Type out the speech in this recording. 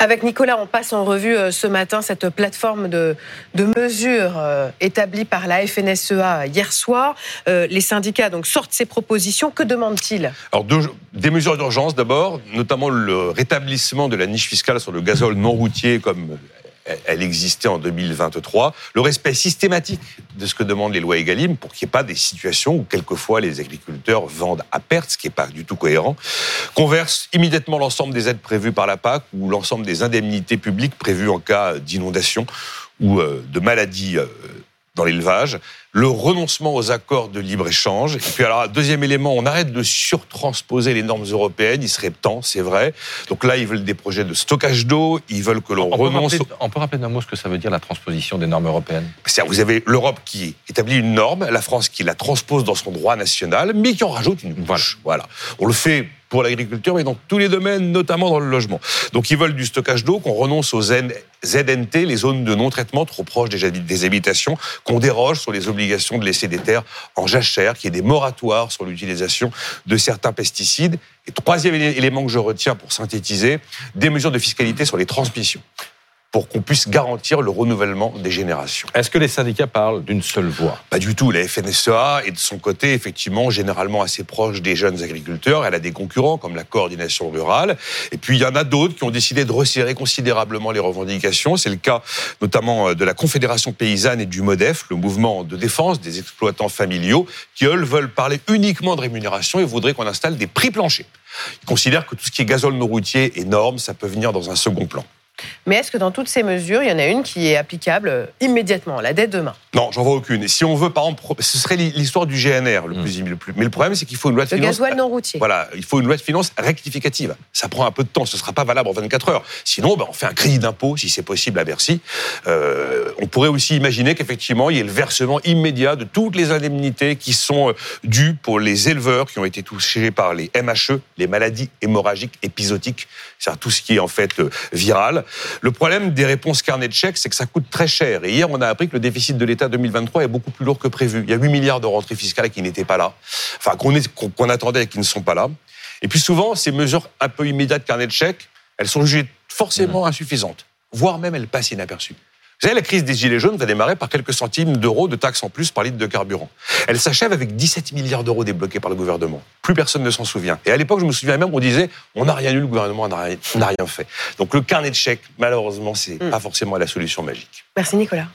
Avec Nicolas, on passe en revue ce matin cette plateforme de mesures établie par la FNSEA hier soir. Les syndicats donc sortent ces propositions. Que demandent-ils ? Alors des mesures d'urgence d'abord, notamment le rétablissement de la niche fiscale sur le gazole non routier comme elle existait en 2023, le respect systématique de ce que demandent les lois Egalim pour qu'il n'y ait pas des situations où quelquefois les agriculteurs vendent à perte, ce qui n'est pas du tout cohérent, qu'on verse immédiatement l'ensemble des aides prévues par la PAC ou l'ensemble des indemnités publiques prévues en cas d'inondation ou de maladie dans l'élevage, le renoncement aux accords de libre-échange. Et puis alors, deuxième élément, on arrête de surtransposer les normes européennes, il serait temps, c'est vrai. Donc là, ils veulent des projets de stockage d'eau, ils veulent que l'on renonce... On peut rappeler d'un mot ce que ça veut dire, la transposition des normes européennes ? C'est-à-dire, vous avez l'Europe qui établit une norme, la France qui la transpose dans son droit national, mais qui en rajoute une couche. Voilà. On le fait pour l'agriculture, mais dans tous les domaines, notamment dans le logement. Donc ils veulent du stockage d'eau, qu'on renonce aux ZNT, les zones de non-traitement trop proches des habitations, qu'on déroge sur les obligations de laisser des terres en jachère, qu'il y ait des moratoires sur l'utilisation de certains pesticides. Et troisième élément que je retiens pour synthétiser, des mesures de fiscalité sur les transmissions, pour qu'on puisse garantir le renouvellement des générations. Est-ce que les syndicats parlent d'une seule voix ? Pas du tout. La FNSEA est de son côté, effectivement, généralement assez proche des jeunes agriculteurs. Elle a des concurrents, comme la coordination rurale. Et puis, il y en a d'autres qui ont décidé de resserrer considérablement les revendications. C'est le cas, notamment, de la Confédération paysanne et du MODEF, le mouvement de défense des exploitants familiaux, qui, eux, veulent parler uniquement de rémunération et voudraient qu'on installe des prix planchers. Ils considèrent que tout ce qui est gazole non routier et normes, ça peut venir dans un second plan. Mais est-ce que dans toutes ces mesures, il y en a une qui est applicable immédiatement, là, dès demain ? Non, j'en vois aucune. Et si on veut, par exemple, ce serait l'histoire du GNR le plus. Mais le problème, c'est qu'il faut une loi de finances. Le gasoil non routier. Voilà, il faut une loi de finances rectificative. Ça prend un peu de temps, ce ne sera pas valable en 24 heures. Sinon, on fait un crédit d'impôt, si c'est possible, à Bercy. On pourrait aussi imaginer qu'effectivement, il y ait le versement immédiat de toutes les indemnités qui sont dues pour les éleveurs qui ont été touchés par les MHE, les maladies hémorragiques épizootiques, c'est-à-dire tout ce qui est en fait viral. Le problème des réponses carnet de chèques, c'est que ça coûte très cher. Et hier, on a appris que le déficit de l'État 2023 est beaucoup plus lourd que prévu. Il y a 8 milliards de rentrées fiscales qui n'étaient pas là, enfin qu'on attendait et qui ne sont pas là. Et puis souvent, ces mesures un peu immédiates carnet de chèques, elles sont jugées forcément insuffisantes, voire même elles passent inaperçues. Vous savez, la crise des Gilets jaunes va démarrer par quelques centimes d'euros de taxes en plus par litre de carburant. Elle s'achève avec 17 milliards d'euros débloqués par le gouvernement. Plus personne ne s'en souvient. Et à l'époque, je me souviens même, on disait, on n'a rien eu, le gouvernement n'a rien fait. Donc le carnet de chèques, malheureusement, c'est pas forcément la solution magique. Merci Nicolas.